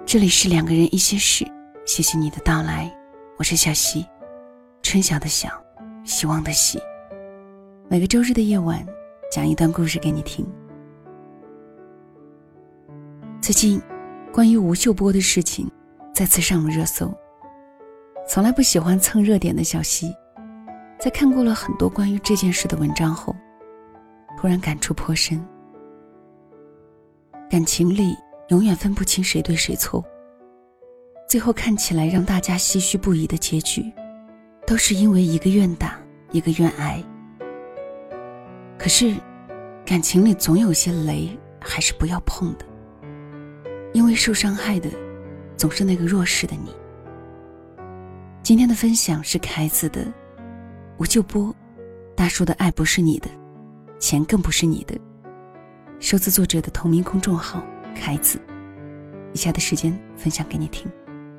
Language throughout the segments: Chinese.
这里是两个人一些事，谢谢你的到来，我是小溪，春晓的晓，希望的希。每个周日的夜晚，讲一段故事给你听。最近关于吴秀波的事情再次上了热搜。从来不喜欢蹭热点的小溪，在看过了很多关于这件事的文章后，突然感触颇深。感情里永远分不清谁对谁错，最后看起来让大家唏嘘不已的结局，都是因为一个愿打，一个愿挨。可是感情里总有些雷还是不要碰的，因为受伤害的总是那个弱势的你。今天的分享是凯子的吴秀波，大叔的爱不是你的，钱更不是你的，收自作者的同名公众号凯子。以下的时间分享给你听。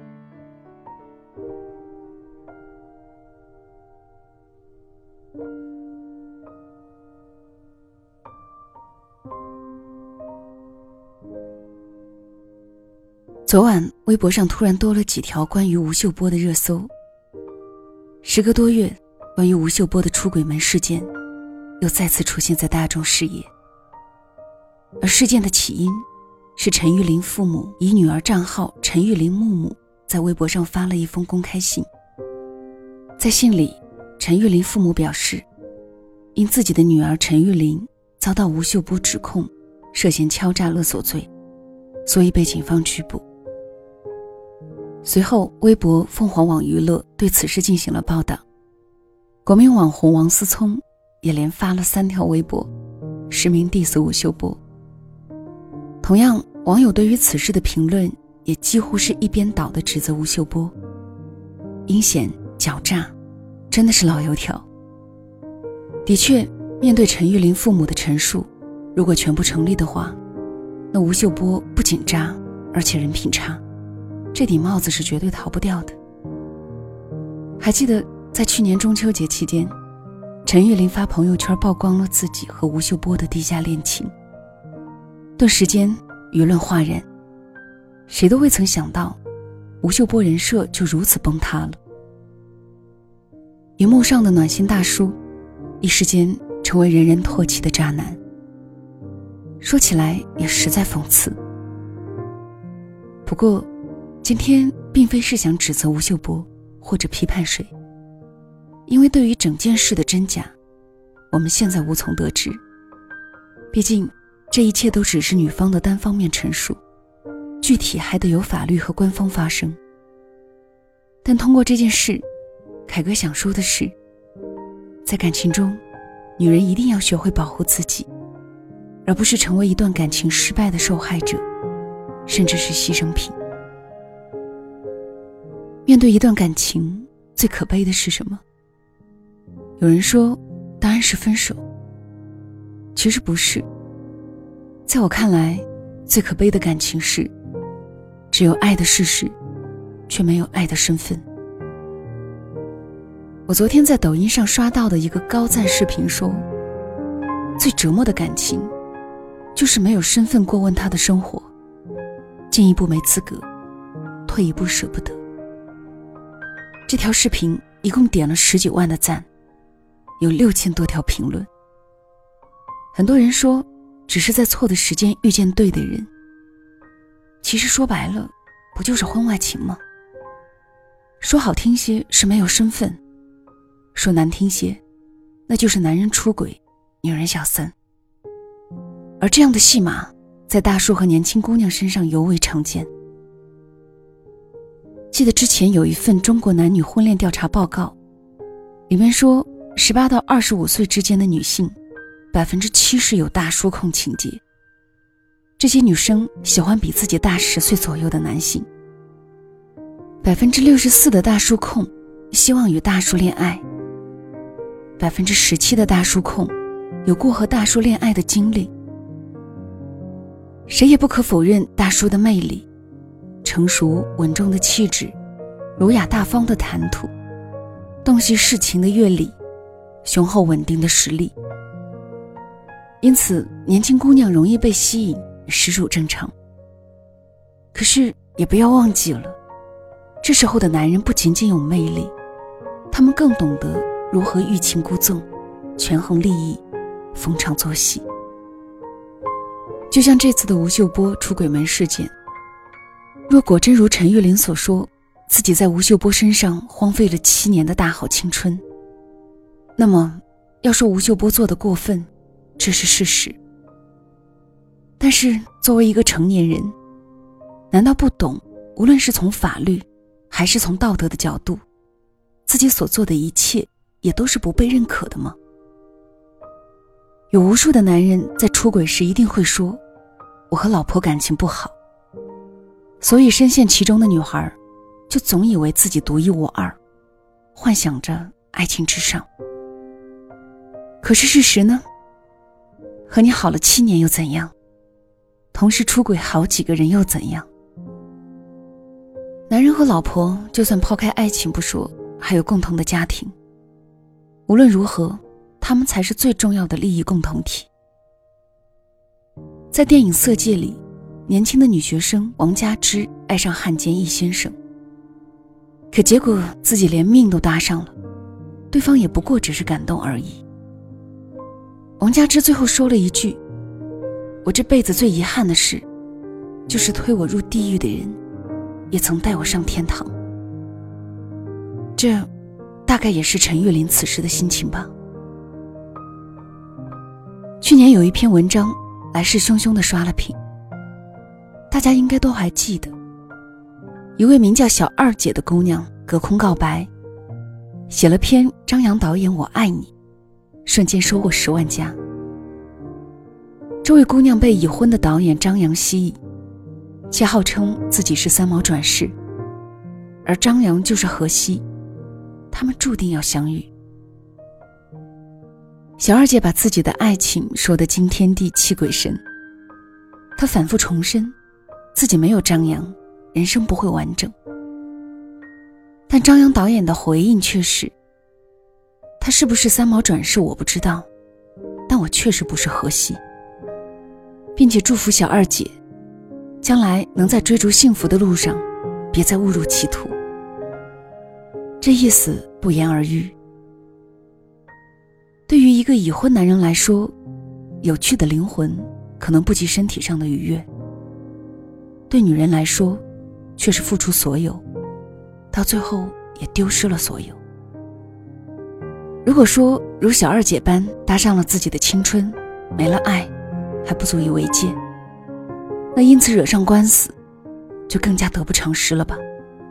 昨晚微博上突然多了几条关于吴秀波的热搜。时隔多月，关于吴秀波的出轨门事件又再次出现在大众视野。而事件的起因是陈玉玲父母以女儿账号陈玉玲木木在微博上发了一封公开信。在信里，陈玉玲父母表示，因自己的女儿陈玉玲遭到吴秀波指控涉嫌敲诈勒索罪，所以被警方拘捕。随后微博凤凰网娱乐对此事进行了报道，国民网红王思聪也连发了3条微博，实名 diss 吴秀波。同样，网友对于此事的评论也几乎是一边倒的指责吴秀波阴险狡诈，真的是老油条。的确，面对陈玉玲父母的陈述，如果全部成立的话，那吴秀波不仅渣，而且人品差，这顶帽子是绝对逃不掉的。还记得在去年中秋节期间，陈玉玲发朋友圈曝光了自己和吴秀波的地下恋情，顿时间舆论哗然，谁都未曾想到吴秀波人设就如此崩塌了。荧幕上的暖心大叔一时间成为人人唾弃的渣男，说起来也实在讽刺。不过今天并非是想指责吴秀波或者批判谁，因为对于整件事的真假，我们现在无从得知。毕竟这一切都只是女方的单方面陈述，具体还得由法律和官方发声。但通过这件事，凯哥想说的是，在感情中，女人一定要学会保护自己，而不是成为一段感情失败的受害者，甚至是牺牲品。面对一段感情，最可悲的是什么？有人说，当然是分手。其实不是。在我看来，最可悲的感情是，只有爱的事实，却没有爱的身份。我昨天在抖音上刷到的一个高赞视频说，最折磨的感情，就是没有身份过问他的生活，进一步没资格，退一步舍不得。这条视频一共点了10几万的赞，有6000多条评论。很多人说，只是在错的时间遇见对的人。其实说白了，不就是婚外情吗？说好听些是没有身份，说难听些，那就是男人出轨，女人小三。而这样的戏码，在大叔和年轻姑娘身上尤为常见。记得之前有一份中国男女婚恋调查报告，里面说18到25岁之间的女性70%有大叔控情节。这些女生喜欢比自己大10岁左右的男性。64%的大叔控希望与大叔恋爱。17%的大叔控有过和大叔恋爱的经历。谁也不可否认大叔的魅力，成熟稳重的气质，儒雅大方的谈吐，洞悉世情的阅历，雄厚稳定的实力。因此年轻姑娘容易被吸引，实属正常。可是也不要忘记了，这时候的男人不仅仅有魅力，他们更懂得如何欲擒故纵，权衡利益，逢场作戏。就像这次的吴秀波出轨门事件，若果真如陈玉玲所说，自己在吴秀波身上荒废了7年的大好青春，那么要说吴秀波做得过分，这是事实。但是作为一个成年人，难道不懂无论是从法律还是从道德的角度，自己所做的一切也都是不被认可的吗？有无数的男人在出轨时一定会说，我和老婆感情不好，所以深陷其中的女孩就总以为自己独一无二，幻想着爱情至上。可是事实呢？和你好了7年又怎样？同时出轨好几个人又怎样？男人和老婆就算抛开爱情不说，还有共同的家庭，无论如何他们才是最重要的利益共同体。在电影《色戒》里，年轻的女学生王佳芝爱上汉奸易先生，可结果自己连命都搭上了，对方也不过只是感动而已。王佳芝最后说了一句，我这辈子最遗憾的事，就是推我入地狱的人也曾带我上天堂。这大概也是陈玉玲此时的心情吧。去年有一篇文章来势汹汹地刷了屏，大家应该都还记得，一位名叫小二姐的姑娘隔空告白，写了篇张扬导演我爱你，瞬间收获10万加。这位姑娘被已婚的导演张扬吸引，且号称自己是3毛转世，而张扬就是荷西，他们注定要相遇。小二姐把自己的爱情说得惊天地泣鬼神，她反复重申自己没有张扬，人生不会完整。但张扬导演的回应却是，他是不是3毛转世我不知道，但我确实不是荷西，并且祝福小二姐将来能在追逐幸福的路上别再误入歧途。这意思不言而喻。对于一个已婚男人来说，有趣的灵魂可能不及身体上的愉悦，对女人来说却是付出所有，到最后也丢失了所有。如果说如小二姐般搭上了自己的青春，没了爱还不足以为戒，那因此惹上官司就更加得不偿失了吧。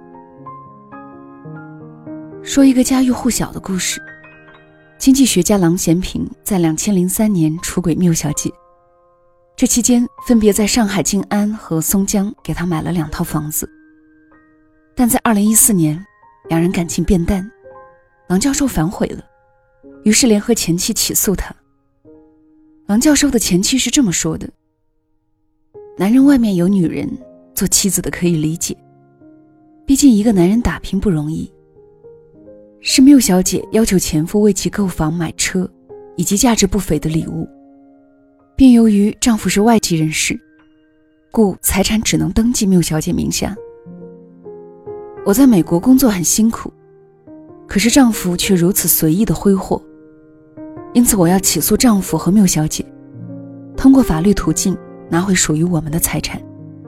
说一个家喻户晓的故事，经济学家郎咸平在2003年出轨缪小姐，这期间分别在上海静安和松江给她买了2套房子。但在2014年两人感情变淡，郎教授反悔了，于是联合前妻起诉他。郎教授的前妻是这么说的，男人外面有女人，做妻子的可以理解，毕竟一个男人打拼不容易。是缪小姐要求前夫为其购房买车以及价值不菲的礼物，并由于丈夫是外籍人士，故财产只能登记缪小姐名下。我在美国工作很辛苦，可是丈夫却如此随意的挥霍，因此我要起诉丈夫和缪小姐，通过法律途径拿回属于我们的财产。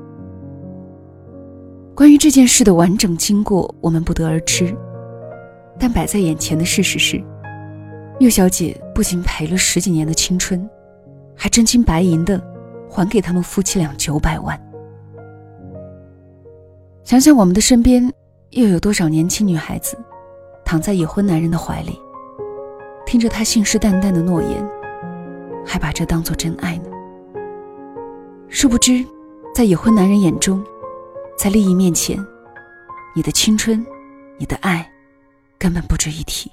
关于这件事的完整经过我们不得而知，但摆在眼前的事实是，缪小姐不仅赔了10几年的青春，还真金白银的还给他们夫妻俩900万。想想我们的身边又有多少年轻女孩子躺在已婚男人的怀里，听着他信誓旦旦的诺言，还把这当作真爱呢？殊不知在已婚男人眼中，在利益面前，你的青春，你的爱根本不值一提。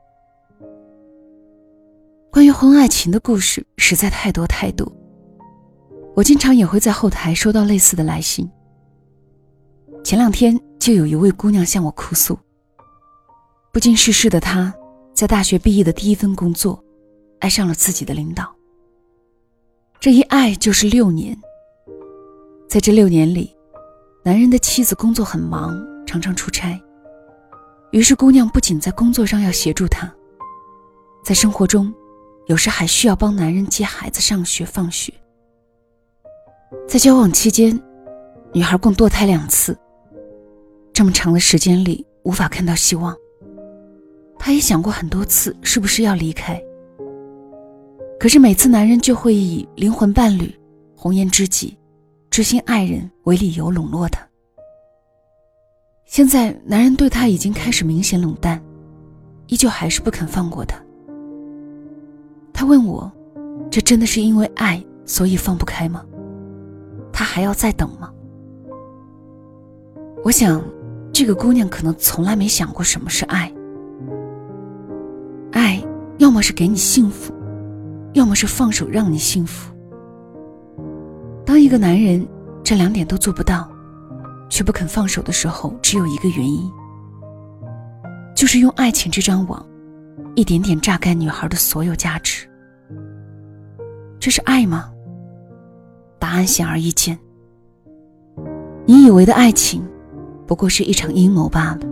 关于婚外情的故事实在太多太多，我经常也会在后台收到类似的来信。前2天就有一位姑娘向我哭诉，不经世事的她在大学毕业的第1份工作爱上了自己的领导，这一爱就是6年。在这6年里， 男人的妻子工作很忙，常常出差，于是姑娘不仅在工作上要协助他，在生活中有时还需要帮男人接孩子上学放学。在交往期间，女孩共堕胎2次，这么长的时间里无法看到希望。她也想过很多次是不是要离开，可是每次男人就会以灵魂伴侣、红颜知己、知心爱人为理由笼络她。现在男人对她已经开始明显冷淡，依旧还是不肯放过她。他问我，这真的是因为爱所以放不开吗？他还要再等吗？我想这个姑娘可能从来没想过什么是爱。爱要么是给你幸福，要么是放手让你幸福。当一个男人这2点都做不到，却不肯放手的时候，只有一个原因，就是用爱情这张网一点点榨干女孩的所有价值。这是爱吗？答案显而易见。你以为的爱情不过是一场阴谋罢了。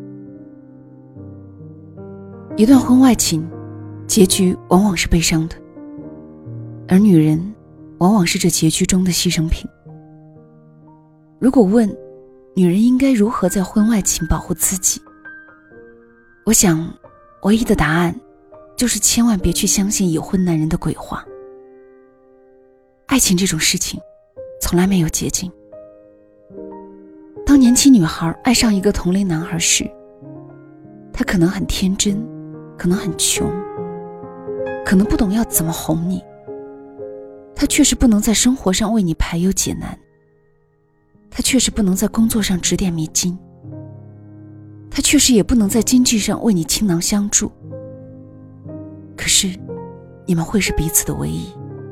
一段婚外情结局往往是悲伤的，而女人往往是这结局中的牺牲品。如果问女人应该如何在婚外情保护自己，我想唯一的答案就是千万别去相信已婚男人的鬼话。爱情这种事情从来没有捷径。当年轻女孩爱上一个同龄男孩时，他可能很天真，可能很穷，可能不懂要怎么哄你，他确实不能在生活上为你排忧解难，他确实不能在工作上指点迷津，他确实也不能在经济上为你倾囊相助。可是你们会是彼此的唯一。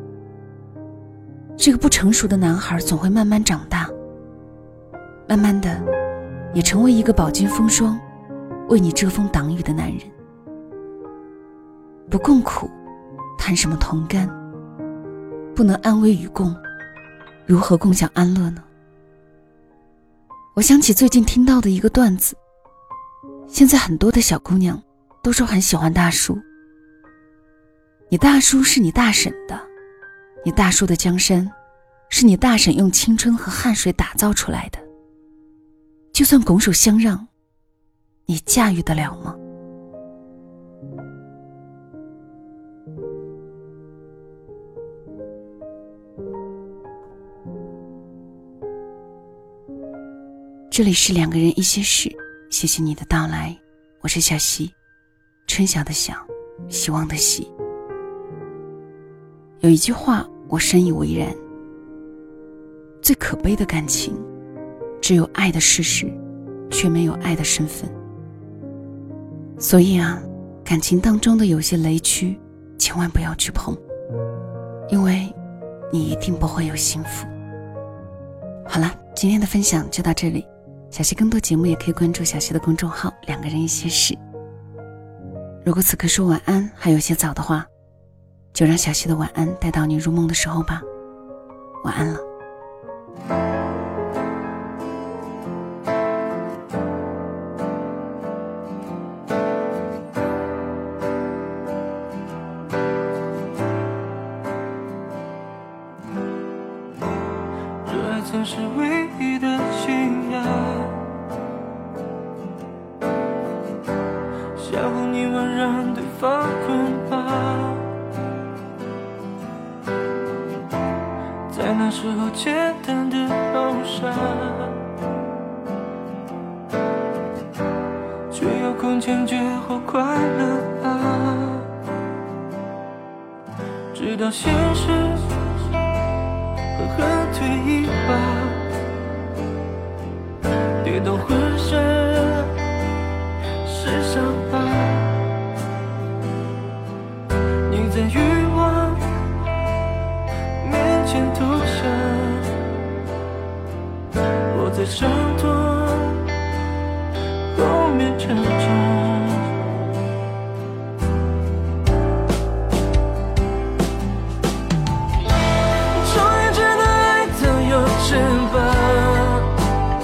这个不成熟的男孩总会慢慢长大，慢慢的也成为一个饱经风霜为你遮风挡雨的男人。不共苦，谈什么同甘？不能安危与共，如何共享安乐呢？我想起最近听到的一个段子，现在很多的小姑娘都说很喜欢大叔。你大叔是你大婶的，你大叔的江山是你大婶用青春和汗水打造出来的，就算拱手相让，你驾驭得了吗？这里是2个人一些事，谢谢你的到来，我是小溪，春晓的晓，希望的希。有一句话我深以为然，最可悲的感情只有爱的事实，却没有爱的身份。所以啊，感情当中的有些雷区千万不要去碰，因为你一定不会有幸福。好了，今天的分享就到这里，小溪更多节目也可以关注小溪的公众号2个人一些事。如果此刻说晚安还有些早的话，就让小溪的晚安带到你入梦的时候吧。晚安了。 这爱曾是唯一的信仰，相互你吻让对方捆绑，在那时候简单的好傻，却有空前绝后快乐啊！直到现实狠狠推一把，跌到浑身是伤疤。你在欲望面前投降，我在伤痛后面成长。终于知道爱早有翅膀，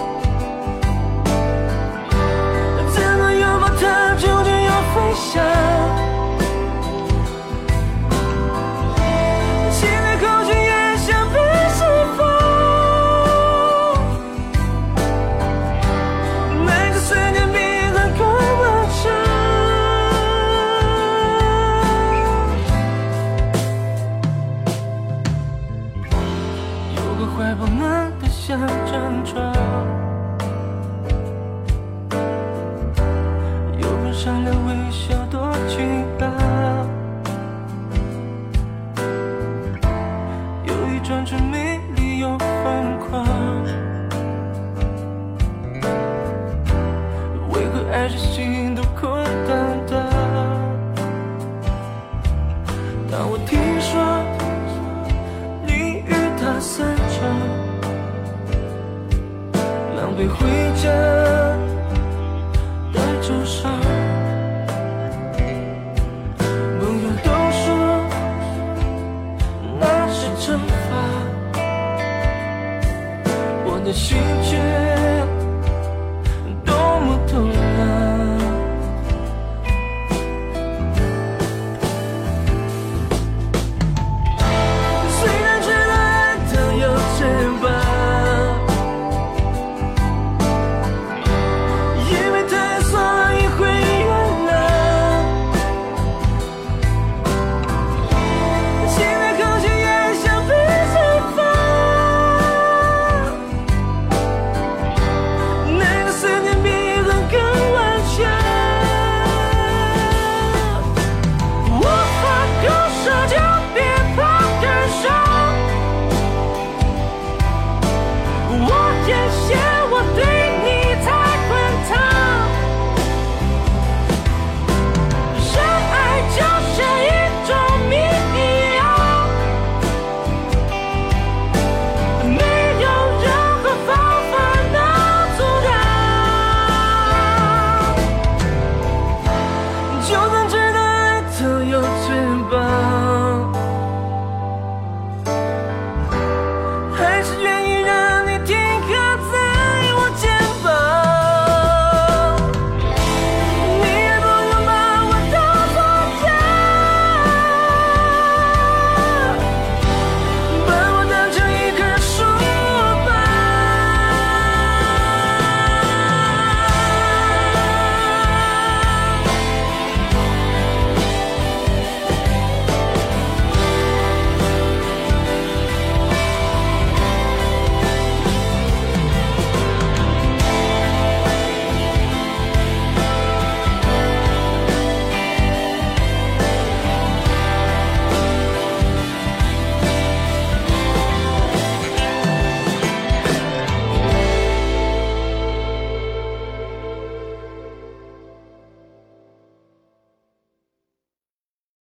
善良微笑都